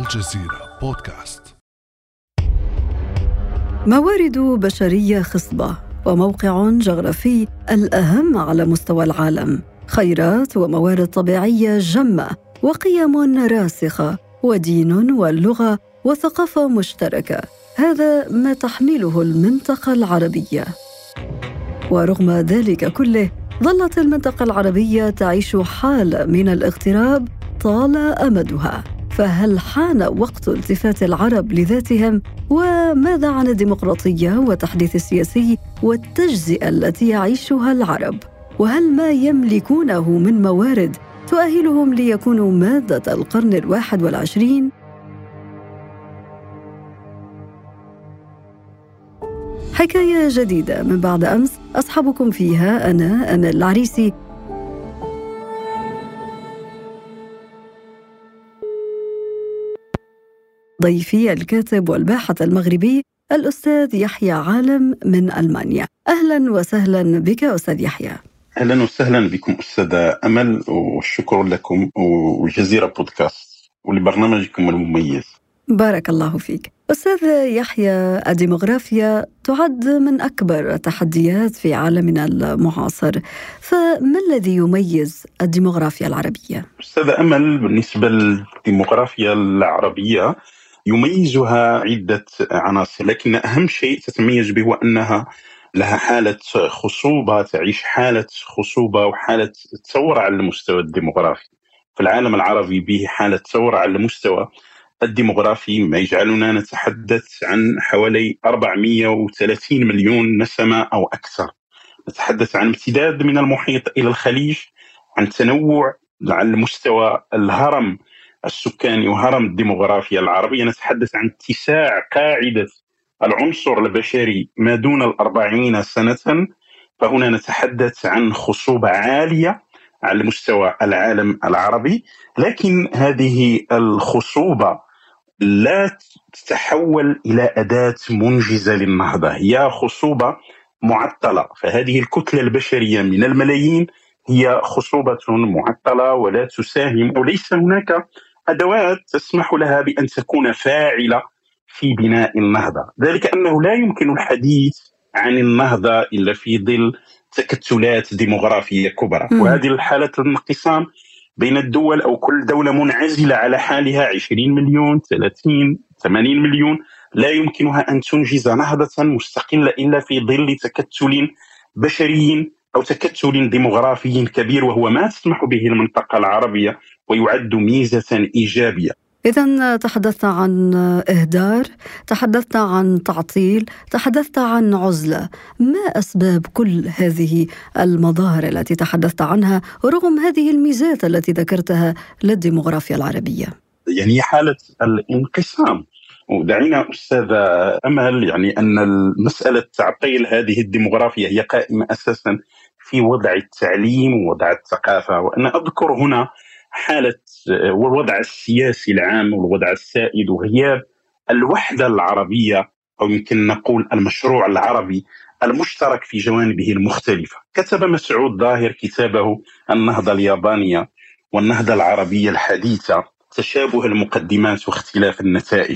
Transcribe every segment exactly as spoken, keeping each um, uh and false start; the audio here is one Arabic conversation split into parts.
الجزيرة بودكاست. موارد بشرية خصبة وموقع جغرافي الأهم على مستوى العالم، خيرات وموارد طبيعية جمة وقيم راسخة ودين واللغة وثقافة مشتركة، هذا ما تحمله المنطقة العربية. ورغم ذلك كله ظلت المنطقة العربية تعيش حالة من الاغتراب طال أمدها، فهل حان وقت التفات العرب لذاتهم؟ وماذا عن الديمقراطية والتحديث السياسي والتجزئة التي يعيشها العرب؟ وهل ما يملكونه من موارد تؤهلهم ليكونوا مادة القرن الواحد والعشرين؟ حكاية جديدة من بعد أمس أصحابكم فيها أنا أمل العريسي. ضيفي الكاتب والباحث المغربي الأستاذ يحيى عالم من ألمانيا. أهلا وسهلا بك أستاذ يحيى. أهلا وسهلا بكم أستاذة أمل، والشكر لكم والجزيرة بودكاست ولبرنامجكم المميز. بارك الله فيك. أستاذ يحيى، الديموغرافيا تعد من أكبر التحديات في عالمنا المعاصر، فما الذي يميز الديموغرافيا العربية؟ أستاذة أمل، بالنسبة للديموغرافيا العربية يميزها عدة عناصر، لكن أهم شيء تتميز به هو أنها لها حالة خصوبة، تعيش حالة خصوبة وحالة ثورة على المستوى الديموغرافي. في العالم العربي به حالة ثورة على المستوى الديموغرافي، ما يجعلنا نتحدث عن حوالي أربعمئة وثلاثين مليون نسمة أو أكثر. نتحدث عن امتداد من المحيط إلى الخليج، عن تنوع على المستوى الهرم السكاني وهرم الديموغرافيا العربية. نتحدث عن اتساع قاعدة العنصر البشري ما دون الأربعين سنة، فهنا نتحدث عن خصوبة عالية على مستوى العالم العربي. لكن هذه الخصوبة لا تتحول إلى أداة منجزة للنهضة، هي خصوبة معطلة. فهذه الكتلة البشرية من الملايين هي خصوبة معطلة ولا تساهم، وليس هناك أدوات تسمح لها بأن تكون فاعلة في بناء النهضة. ذلك أنه لا يمكن الحديث عن النهضة إلا في ظل تكتلات ديموغرافية كبرى، وهذه الحالة الانقسام بين الدول أو كل دولة منعزلة على حالها عشرين مليون، ثلاثين، ثمانين مليون، لا يمكنها أن تنجز نهضة مستقلة إلا في ظل تكتل بشري أو تكتل ديموغرافي كبير، وهو ما تسمح به المنطقة العربية ويعد ميزة إيجابية. إذن تحدثت عن إهدار، تحدثت عن تعطيل، تحدثت عن عزلة. ما أسباب كل هذه المظاهر التي تحدثت عنها رغم هذه الميزات التي ذكرتها للديموغرافيا العربية؟ يعني حالة الانقسام. ودعينا أستاذة أمل يعني أن المسألة تعطيل هذه الديموغرافيا هي قائمة أساسا في وضع التعليم ووضع الثقافة. وأنا أذكر هنا حالة والوضع السياسي العام والوضع السائد وغياب الوحدة العربية، أو يمكن نقول المشروع العربي المشترك في جوانبه المختلفة. كتب مسعود ظاهر كتابه النهضة اليابانية والنهضة العربية الحديثة، تشابه المقدمات واختلاف النتائج،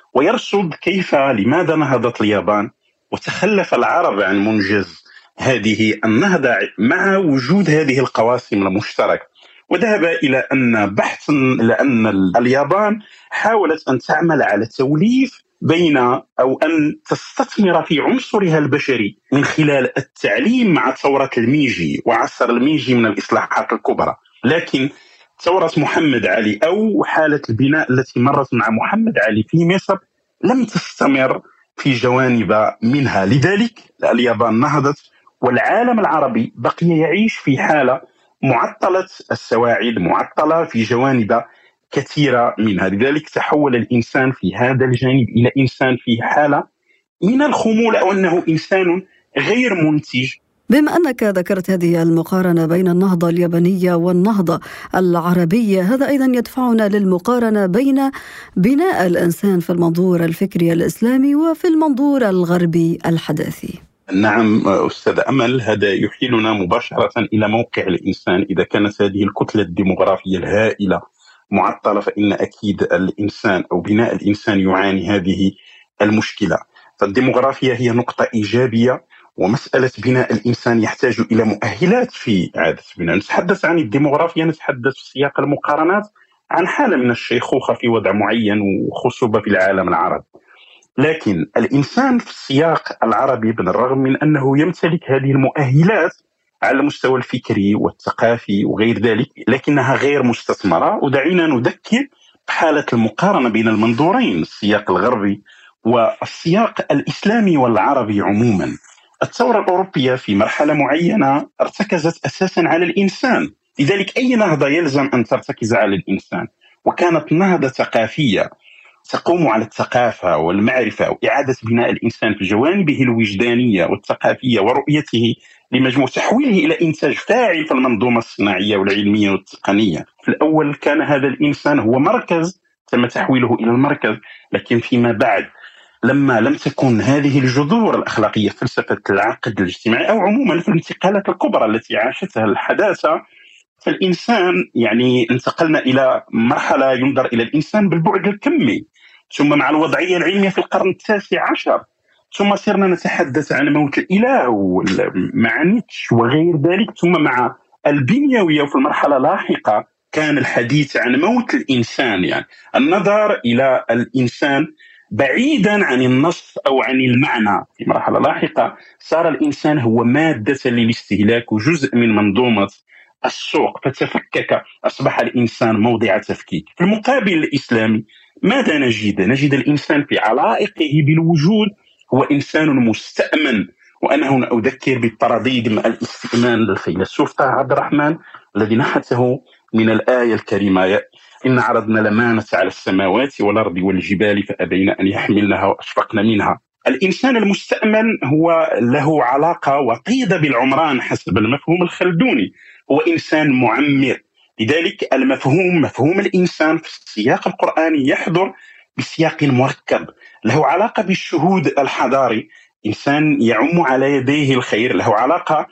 ويرصد كيف لماذا نهضت اليابان وتخلف العرب عن منجز هذه النهضة مع وجود هذه القواسم المشتركة. وذهب إلى أن بحث إلى أن اليابان حاولت أن تعمل على توليف بين أو أن تستثمر في عنصرها البشري من خلال التعليم مع ثورة الميجي وعصر الميجي من الإصلاحات الكبرى. لكن ثورة محمد علي أو حالة البناء التي مرت مع محمد علي في مصر لم تستمر في جوانب منها. لذلك اليابان نهضت والعالم العربي بقي يعيش في حالة معطلة السواعد، معطلة في جوانب كثيرة منها. لذلك تحول الإنسان في هذا الجانب إلى إنسان في حالة من الخمول، أو أنه إنسان غير منتج. بما أنك ذكرت هذه المقارنة بين النهضة اليابانية والنهضة العربية، هذا أيضا يدفعنا للمقارنة بين بناء الإنسان في المنظور الفكري الإسلامي وفي المنظور الغربي الحداثي. نعم أستاذ أمل، هذا يحيلنا مباشرة إلى موقع الإنسان. إذا كانت هذه الكتلة الديموغرافية الهائلة معطلة، فإن أكيد الإنسان أو بناء الإنسان يعاني هذه المشكلة. فالديموغرافيا هي نقطة إيجابية، ومسألة بناء الإنسان يحتاج إلى مؤهلات في إعادة بناء. نتحدث عن الديموغرافيا نتحدث في سياق المقارنات عن حالة من الشيخوخة في وضع معين وخصوبة في العالم العربي، لكن الإنسان في السياق العربي بالرغم من أنه يمتلك هذه المؤهلات على المستوى الفكري والثقافي وغير ذلك، لكنها غير مستثمرة. ودعينا نذكر بحالة المقارنة بين المنظورين، السياق الغربي والسياق الإسلامي والعربي عموما. الثورة الأوروبية في مرحلة معينة ارتكزت أساسا على الإنسان، لذلك أي نهضة يلزم أن ترتكز على الإنسان، وكانت نهضة ثقافية تقوم على الثقافة والمعرفة وإعادة بناء الإنسان في جوانبه الوجدانية والثقافية ورؤيته لمجموع تحويله إلى إنتاج فاعل في المنظومة الصناعية والعلمية والتقنية. في الأول كان هذا الإنسان هو مركز، تم تحويله إلى المركز، لكن فيما بعد لما لم تكن هذه الجذور الأخلاقية فلسفة العقد الاجتماعي أو عموما في الانتقالات الكبرى التي عاشتها الحداثة، فالإنسان يعني انتقلنا إلى مرحلة ينظر إلى الإنسان بالبعد الكمي، ثم مع الوضعية العلمية في القرن التاسع عشر ثم صرنا نتحدث عن موت الإله مع نيتش وغير ذلك، ثم مع البنيوية وفي المرحلة اللاحقة كان الحديث عن موت الإنسان، يعني النظر إلى الإنسان بعيدا عن النص أو عن المعنى. في مرحلة لاحقة صار الإنسان هو مادة للاستهلاك وجزء من منظومة السوق، فتفكك، أصبح الإنسان موضع تفكيك. في المقابل الإسلامي ماذا نجد؟ نجد الإنسان في علائقه بالوجود هو إنسان مستأمن. وأنا هنا أذكر بالباراديغم الاستئمان للفيلسوف طه عبد الرحمن الذي نحته من الآية الكريمة: إن عرضنا الأمانة على السماوات والأرض والجبال فأبين أن يحملنها وأشفقن منها. الإنسان المستأمن هو له علاقة وطيدة بالعمران حسب المفهوم الخلدوني، هو إنسان معمر. لذلك المفهوم مفهوم الإنسان في السياق القرآني يحضر بسياق مركب، له علاقة بالشهود الحضاري، إنسان يعم على يديه الخير، له علاقة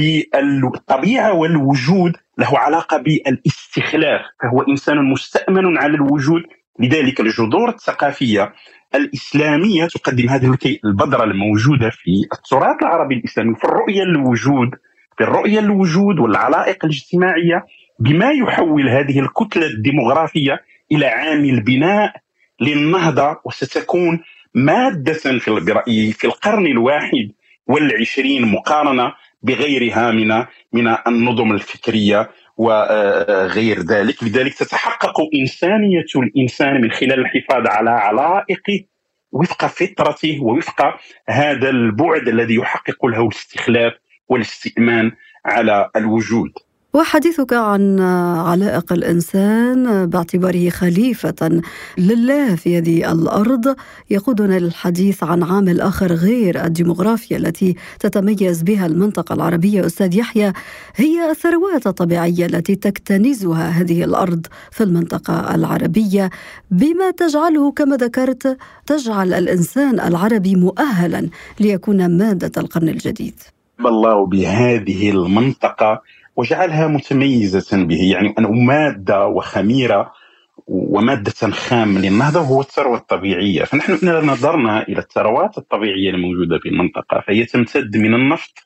بالطبيعة والوجود، له علاقة بالاستخلاف، فهو إنسان مستأمن على الوجود. لذلك الجذور الثقافية الإسلامية تقدم هذه البذرة الموجودة في التراث العربي الإسلامي في الرؤية للوجود، في الرؤية للوجود والعلائق الاجتماعية، بما يحول هذه الكتلة الديموغرافية إلى عامل بناء للنهضة، وستكون مادة في برأيي في القرن الواحد والعشرين مقارنة بغيرها من من النظم الفكرية وغير ذلك. لذلك تتحقق إنسانية الإنسان من خلال الحفاظ على علائقه وفق فطرته ووفق هذا البعد الذي يحقق له الاستخلاف والاستئمان على الوجود. وحديثك عن علائق الإنسان باعتباره خليفة لله في هذه الأرض يقودنا للحديث عن عامل آخر غير الديموغرافيا التي تتميز بها المنطقة العربية. أستاذ يحيى، هي الثروات الطبيعية التي تكتنزها هذه الأرض في المنطقة العربية، بما تجعله كما ذكرت تجعل الإنسان العربي مؤهلا ليكون مادة القرن الجديد. الله بهذه المنطقة وجعلها متميزة به، يعني أنه مادة وخميرة ومادة خام للنهضة هو الثروة الطبيعية. فنحن إذا نظرنا إلى الثروات الطبيعية الموجودة في المنطقة فهي تمتد من النفط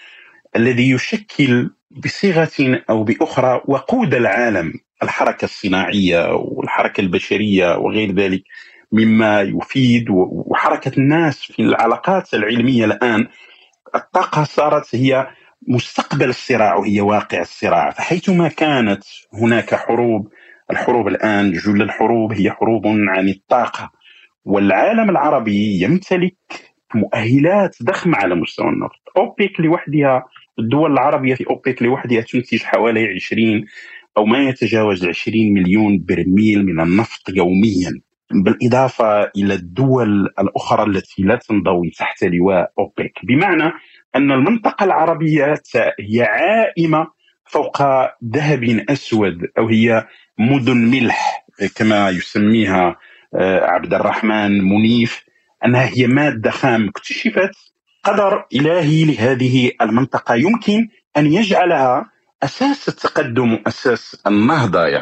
الذي يشكل بصيغة أو بأخرى وقود العالم، الحركة الصناعية والحركة البشرية وغير ذلك مما يفيد، وحركة الناس في العلاقات العلمية. الآن الطاقة صارت هي مستقبل الصراع وهي واقع الصراع، فحيثما كانت هناك حروب، الحروب الآن جل الحروب هي حروب عن الطاقة، والعالم العربي يمتلك مؤهلات ضخمة على مستوى النفط. أوبك لوحدها، الدول العربية في أوبك لوحدها تنتج حوالي عشرين أو ما يتجاوز عشرين مليون برميل من النفط يوميا، بالإضافة إلى الدول الأخرى التي لا تنضوي تحت لواء أوبك. بمعنى أن المنطقة العربية هي عائمة فوق ذهب أسود، أو هي مدن ملح كما يسميها عبد الرحمن منيف، أنها هي مادة خام اكتشفت. قدر إلهي لهذه المنطقة يمكن أن يجعلها أساس التقدم وأساس النهضة يعني.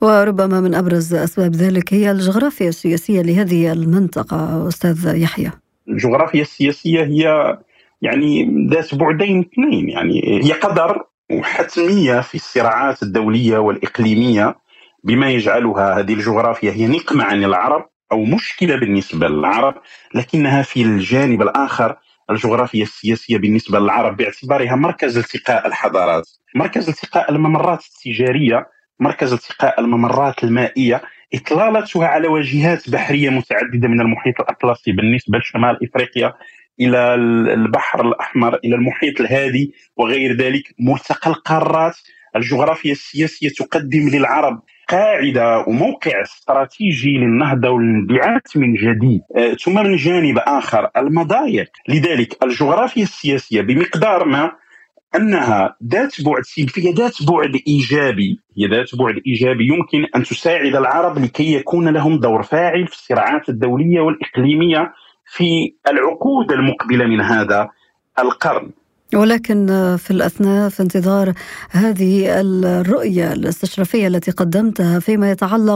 وربما من أبرز أسباب ذلك هي الجغرافيا السياسية لهذه المنطقة أستاذ يحيى. الجغرافيا السياسية هي يعني ذات بعدين اثنين، يعني هي قدر وحتمية في الصراعات الدولية والإقليمية، بما يجعلها هذه الجغرافيا هي نقمة عن العرب أو مشكلة بالنسبة للعرب، لكنها في الجانب الآخر الجغرافيا السياسية بالنسبة للعرب باعتبارها مركز التقاء الحضارات، مركز التقاء الممرات التجارية، مركز التقاء الممرات المائية، إطلالتها على واجهات بحرية متعددة من المحيط الأطلسي بالنسبة لشمال إفريقيا إلى البحر الأحمر إلى المحيط الهادي وغير ذلك، ملتقى القارات. الجغرافيا السياسية تقدم للعرب قاعدة وموقع استراتيجي للنهضة والانبعاث من جديد. أه ثم من جانب آخر المضايق. لذلك الجغرافيا السياسية بمقدار ما أنها ذات بعد سلبي، ذات بعد إيجابي، هي ذات بعد إيجابي يمكن أن تساعد العرب لكي يكون لهم دور فاعل في الصراعات الدولية والإقليمية في العقود المقبلة من هذا القرن. ولكن في الأثناء في انتظار هذه الرؤية الاستشرافية التي قدمتها فيما يتعلق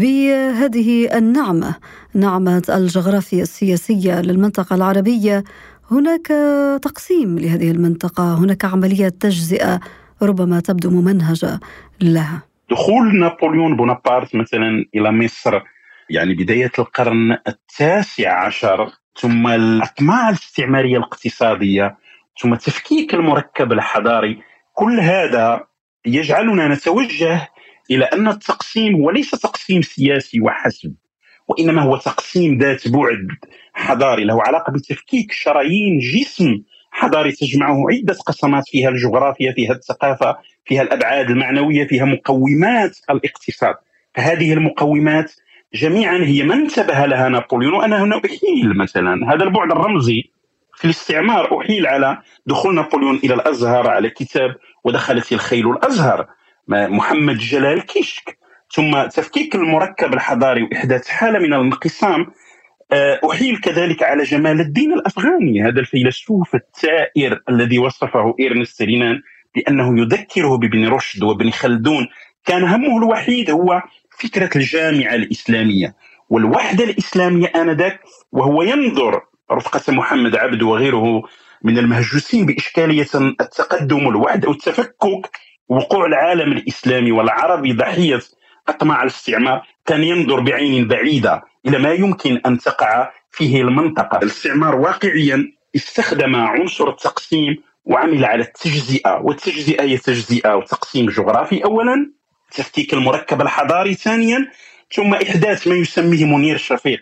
بهذه النعمة، نعمة الجغرافيا السياسية للمنطقة العربية، هناك تقسيم لهذه المنطقة، هناك عملية تجزئة ربما تبدو ممنهجة لها. دخول نابليون بونابرت مثلا إلى مصر يعني بداية القرن التاسع عشر، ثم الأطماع الاستعمارية الاقتصادية، ثم تفكيك المركب الحضاري، كل هذا يجعلنا نتوجه إلى أن التقسيم هو ليس تقسيم سياسي وحسب، وإنما هو تقسيم ذات بعد حضاري له علاقة بتفكيك شرايين جسم حضاري تجمعه عدة قسمات، فيها الجغرافيا، فيها الثقافة، فيها الأبعاد المعنوية، فيها مقومات الاقتصاد. فهذه المقومات جميعا هي ما انتبه لها نابليون. وأنا هنا أحيل مثلا هذا البعد الرمزي في الاستعمار، أحيل على دخول نابليون إلى الأزهر، على كتاب ودخلت الخيل الأزهر محمد جلال كشك، ثم تفكيك المركب الحضاري وإحداث حالة من الانقسام. أحيل كذلك على جمال الدين الأفغاني، هذا الفيلسوف الثائر الذي وصفه إرنست رينان بأنه يذكره بابن رشد وابن خلدون. كان همه الوحيد هو فكرة الجامعة الإسلامية والوحدة الإسلامية آنذاك، وهو ينظر رفقة محمد عبد وغيره من المهجوسين بإشكالية التقدم والوحدة والتفكك، وقوع العالم الإسلامي والعربي ضحية أطماع الاستعمار. كان ينظر بعين بعيدة إلى ما يمكن أن تقع فيه المنطقة. الاستعمار واقعيا استخدم عنصر التقسيم وعمل على التجزئة، والتجزئة هي تجزئة وتقسيم جغرافي أولا، تفكيك المركب الحضاري ثانيا، ثم إحداث ما يسميه منير شفيق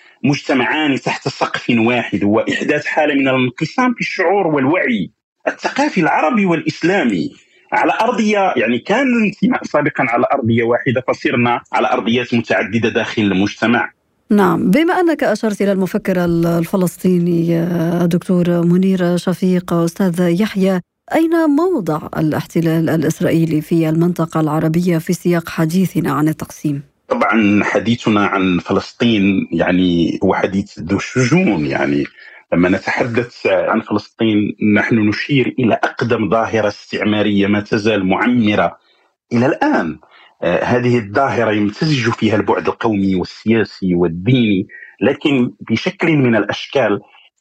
مجتمعان تحت سقف واحد، وإحداث حالة من الانقسام في الشعور والوعي الثقافي العربي والإسلامي على أرضية، يعني كان الانتماء سابقا على أرضية واحدة، فصرنا على أرضيات متعددة داخل المجتمع. نعم، بما أنك أشرت إلى المفكر الفلسطيني دكتور منير شفيق، أستاذ يحيى، أين موضع الاحتلال الإسرائيلي في المنطقة العربية في سياق حديثنا عن التقسيم؟ طبعا حديثنا عن فلسطين يعني هو حديث ذو شجون. يعني لما نتحدث عن فلسطين نحن نشير إلى أقدم ظاهرة استعمارية ما تزال معمرة إلى الآن. آه هذه الظاهرة يمتزج فيها البعد القومي والسياسي والديني، لكن بشكل من الأشكال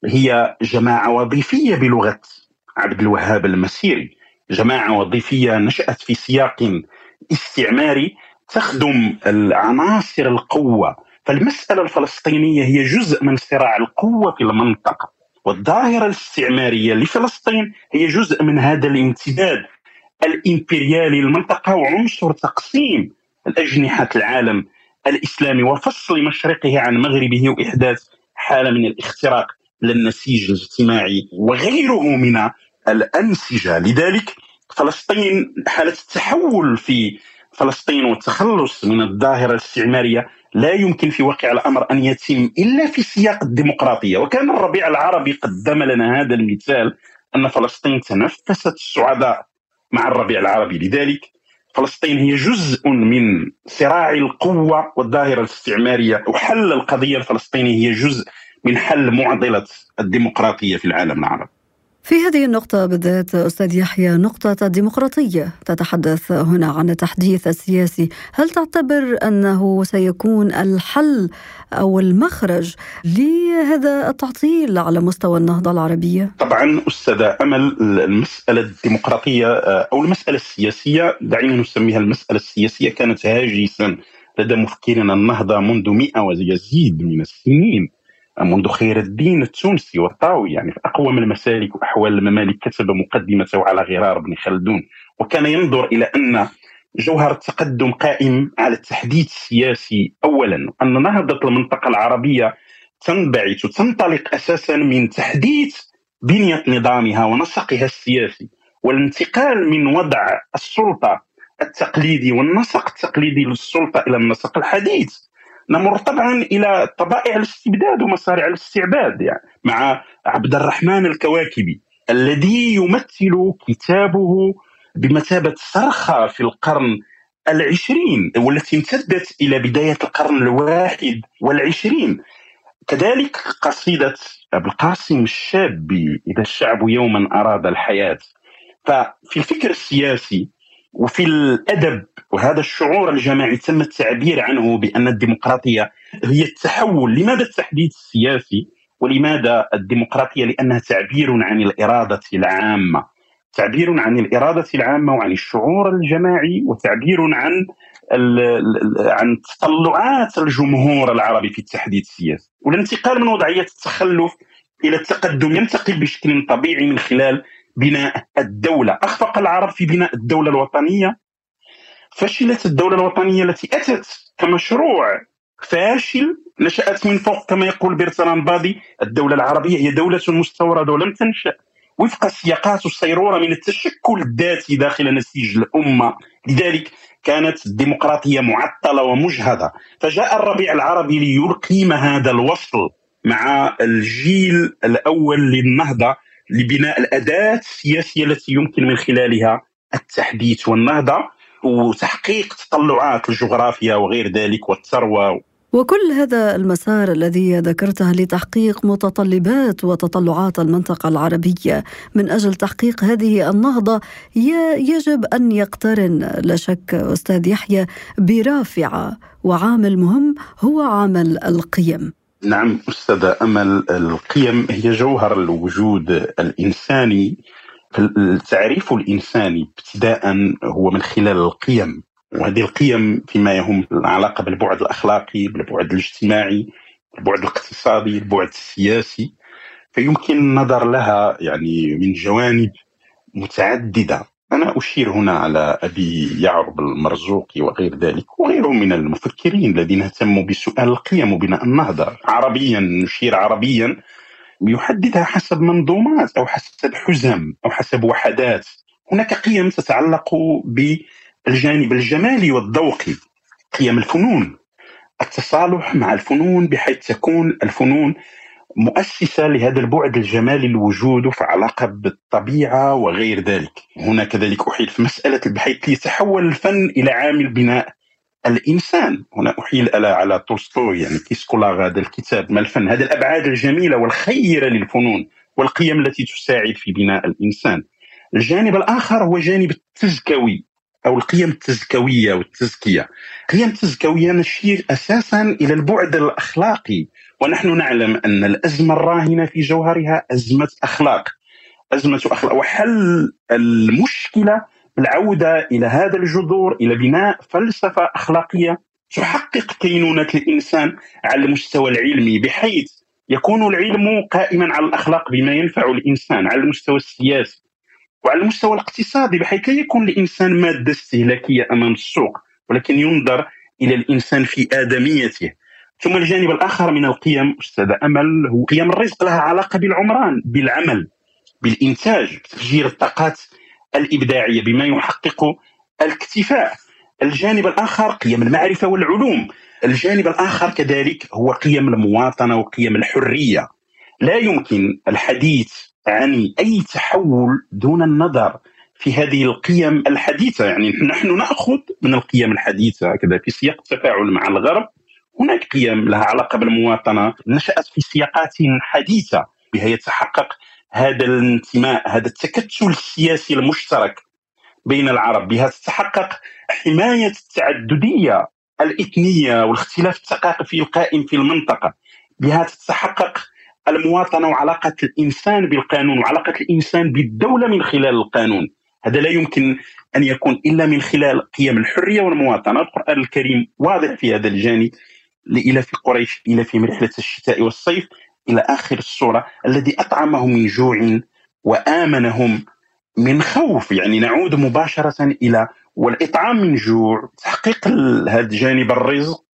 هي جماعة وظيفية بلغة عبد الوهاب المسيري، جماعة وظيفية نشأت في سياق استعماري تخدم العناصر القوة. فالمسألة الفلسطينية هي جزء من صراع القوة في المنطقة، والظاهرة الاستعمارية لفلسطين هي جزء من هذا الامتداد الإمبريالي للمنطقة، وعنصر تقسيم الأجنحة العالم الإسلامي وفصل مشرقه عن مغربه، وإحداث حالة من الاختراق للنسيج الاجتماعي وغيره من الأنسجة. لذلك فلسطين، حالة التحول في فلسطين والتخلص من الظاهرة الاستعمارية لا يمكن في واقع الأمر أن يتم إلا في سياق الديمقراطية. وكان الربيع العربي قدم لنا هذا المثال، أن فلسطين تنفست السعداء مع الربيع العربي. لذلك فلسطين هي جزء من صراع القوة والظاهرة الاستعمارية، وحل القضية الفلسطينية هي جزء من حل معضلة الديمقراطية في العالم العربي. في هذه النقطة بالذات أستاذ يحيى، نقطة الديمقراطية، تتحدث هنا عن التحديث السياسي، هل تعتبر أنه سيكون الحل أو المخرج لهذا التعطيل على مستوى النهضة العربية؟ طبعا أستاذة أمل، المسألة الديمقراطية أو المسألة السياسية، دعينا نسميها المسألة السياسية، كانت هاجسا لدى مفكرين النهضة منذ مئة ويزيد من السنين، منذ خير الدين التونسي والطاوي. يعني في أقوم المسالك وأحوال الممالك كتب مقدمته على غرار بن خلدون، وكان ينظر إلى أن جوهر التقدم قائم على التحديث السياسي أولا، أن نهضة المنطقة العربية تنبعث وتنطلق أساسا من تحديث بنية نظامها ونسقها السياسي، والانتقال من وضع السلطة التقليدي والنسق التقليدي للسلطة إلى النسق الحديث. نمر طبعا إلى طبائع الاستبداد ومصارع الاستعباد، يعني مع عبد الرحمن الكواكبي الذي يمثل كتابه بمثابة صرخة في القرن العشرين والتي امتدت إلى بداية القرن الواحد والعشرين. كذلك قصيدة أبو القاسم الشابي إذا الشعب يوما أراد الحياة. ففي الفكر السياسي وفي الأدب وهذا الشعور الجماعي تم التعبير عنه بأن الديمقراطية هي التحول. لماذا التحديث السياسي ولماذا الديمقراطية؟ لأنها تعبير عن الإرادة العامة، تعبير عن الإرادة العامة وعن الشعور الجماعي، وتعبير عن عن تطلعات الجمهور العربي في التحديث السياسي. والانتقال من وضعية التخلف إلى التقدم ينتقل بشكل طبيعي من خلال بناء الدولة. أخفق العرب في بناء الدولة الوطنية، فشلت الدولة الوطنية التي أتت كمشروع فاشل، نشأت من فوق كما يقول برتران بادي. الدولة العربية هي دولة مستوردة ولم تنشأ وفق السياقات والصيرورة من التشكل الذاتي داخل نسيج الأمة. لذلك كانت الديمقراطية معطلة ومجهدة، فجاء الربيع العربي ليقيم هذا الوصل مع الجيل الأول للنهضة لبناء الأداة السياسية التي يمكن من خلالها التحديث والنهضة وتحقيق تطلعات الجغرافيا وغير ذلك والثروة. وكل هذا المسار الذي ذكرته لتحقيق متطلبات وتطلعات المنطقة العربية من أجل تحقيق هذه النهضة يجب أن يقترن لا شك أستاذ يحيى برافعة، وعامل مهم هو عامل القيم. نعم أستاذة أمل، القيم هي جوهر الوجود الإنساني. التعريف الإنساني ابتداء هو من خلال القيم، وهذه القيم فيما يهم العلاقة بالبعد الأخلاقي، بالبعد الاجتماعي، البعد الاقتصادي، البعد السياسي. فيمكن النظر لها يعني من جوانب متعددة. أنا أشير هنا على أبي يعرب المرزوقي وغير ذلك وغيرهم من المفكرين الذين اهتموا بسؤال القيم وبناء النهضة. عربيا نشير عربيا يحددها حسب منظومات أو حسب حزم أو حسب وحدات. هناك قيم تتعلق بالجانب الجمالي والذوقي، قيم الفنون، التصالح مع الفنون بحيث تكون الفنون مؤسسة لهذا البعد الجمالي الوجود في علاقة بالطبيعة وغير ذلك. هنا كذلك أحيل في مسألة بحيث يتحول الفن إلى عامل بناء الإنسان. هنا أحيل على تولستوي، يعني كيسكولا هذا الكتاب ما الفن، هذه الأبعاد الجميلة والخيرة للفنون والقيم التي تساعد في بناء الإنسان. الجانب الآخر هو جانب التزكوي أو القيم التزكوية والتزكية. قيم تزكوية نشير أساسا إلى البعد الأخلاقي، ونحن نعلم أن الأزمة الراهنة في جوهرها أزمة أخلاق، أزمة أخلاق، وحل المشكلة بالعودة إلى هذا الجذور، إلى بناء فلسفة أخلاقية تحقق كينونة الإنسان على المستوى العلمي، بحيث يكون العلم قائما على الأخلاق بما ينفع الإنسان على المستوى السياسي وعلى المستوى الاقتصادي، بحيث لا يكون الإنسان مادة استهلاكية أمام السوق، ولكن ينظر إلى الإنسان في آدميته. ثم الجانب الآخر من القيم أستاذة أمل هو قيم الرزق، لها علاقة بالعمران، بالعمل، بالإنتاج، بتفجير الطاقات الإبداعية بما يحقق الاكتفاء. الجانب الآخر قيم المعرفة والعلوم. الجانب الآخر كذلك هو قيم المواطنة وقيم الحرية. لا يمكن الحديث عن أي تحول دون النظر في هذه القيم الحديثة. يعني نحن نأخذ من القيم الحديثة كذا في سياق التفاعل مع الغرب. هناك قيم لها علاقة بالمواطنة نشأت في سياقات حديثة بها يتحقق هذا الانتماء، هذا التكتل السياسي المشترك بين العرب، بها تتحقق حماية التعددية الإثنية والاختلاف الثقافي القائم في المنطقة، بها تتحقق المواطنة وعلاقة الإنسان بالقانون وعلاقة الإنسان بالدولة من خلال القانون. هذا لا يمكن أن يكون إلا من خلال قيم الحرية والمواطنة. القرآن الكريم واضح في هذا الجانب: إلى في قريش إلى في رحلة الشتاء والصيف إلى آخر السورة، الذي أطعمهم من جوع وآمنهم من خوف. يعني نعود مباشرة إلى والإطعام من جوع، تحقيق هذا جانب الرزق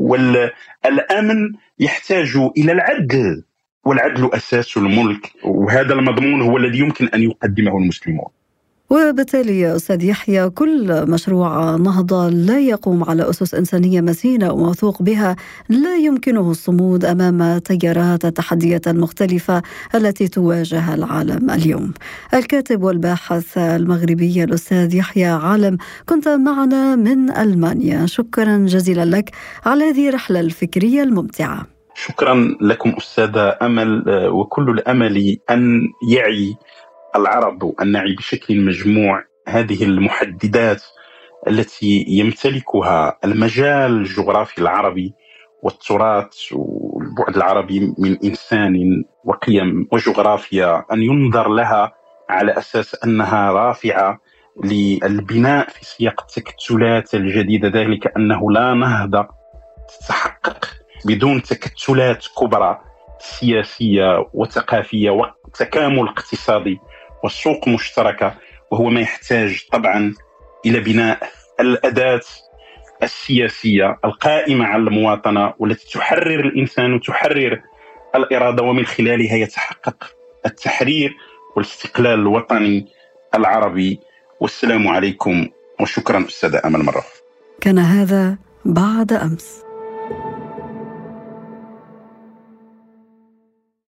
والأمن يحتاج إلى العدل، والعدل أساس الملك، وهذا المضمون هو الذي يمكن أن يقدمه المسلمون. وبالتالي يا أستاذ يحيى، كل مشروع نهضة لا يقوم على أسس إنسانية متينة وموثوق بها لا يمكنه الصمود أمام تيارات التحديات المختلفة التي تواجه العالم اليوم. الكاتب والباحث المغربي الأستاذ يحيى عالم، كنت معنا من ألمانيا. شكرا جزيلا لك على هذه الرحلة الفكرية الممتعة. شكرا لكم أستاذة أمل، وكل الأمل أن يعي العرب أن نعي بشكل مجموع هذه المحددات التي يمتلكها المجال الجغرافي العربي والتراث والبعد العربي من إنسان وقيم وجغرافيا، أن ينظر لها على أساس أنها رافعة للبناء في سياق التكتلات الجديدة، ذلك أنه لا نهضة تتحقق بدون تكتلات كبرى سياسية وثقافية وتكامل اقتصادي والسوق مشتركة، وهو ما يحتاج طبعا إلى بناء الأداة السياسية القائمة على المواطنة والتي تحرر الإنسان وتحرر الإرادة، ومن خلالها يتحقق التحرير والاستقلال الوطني العربي. والسلام عليكم وشكرا أستاذة أمل مرة. كان هذا بعد أمس.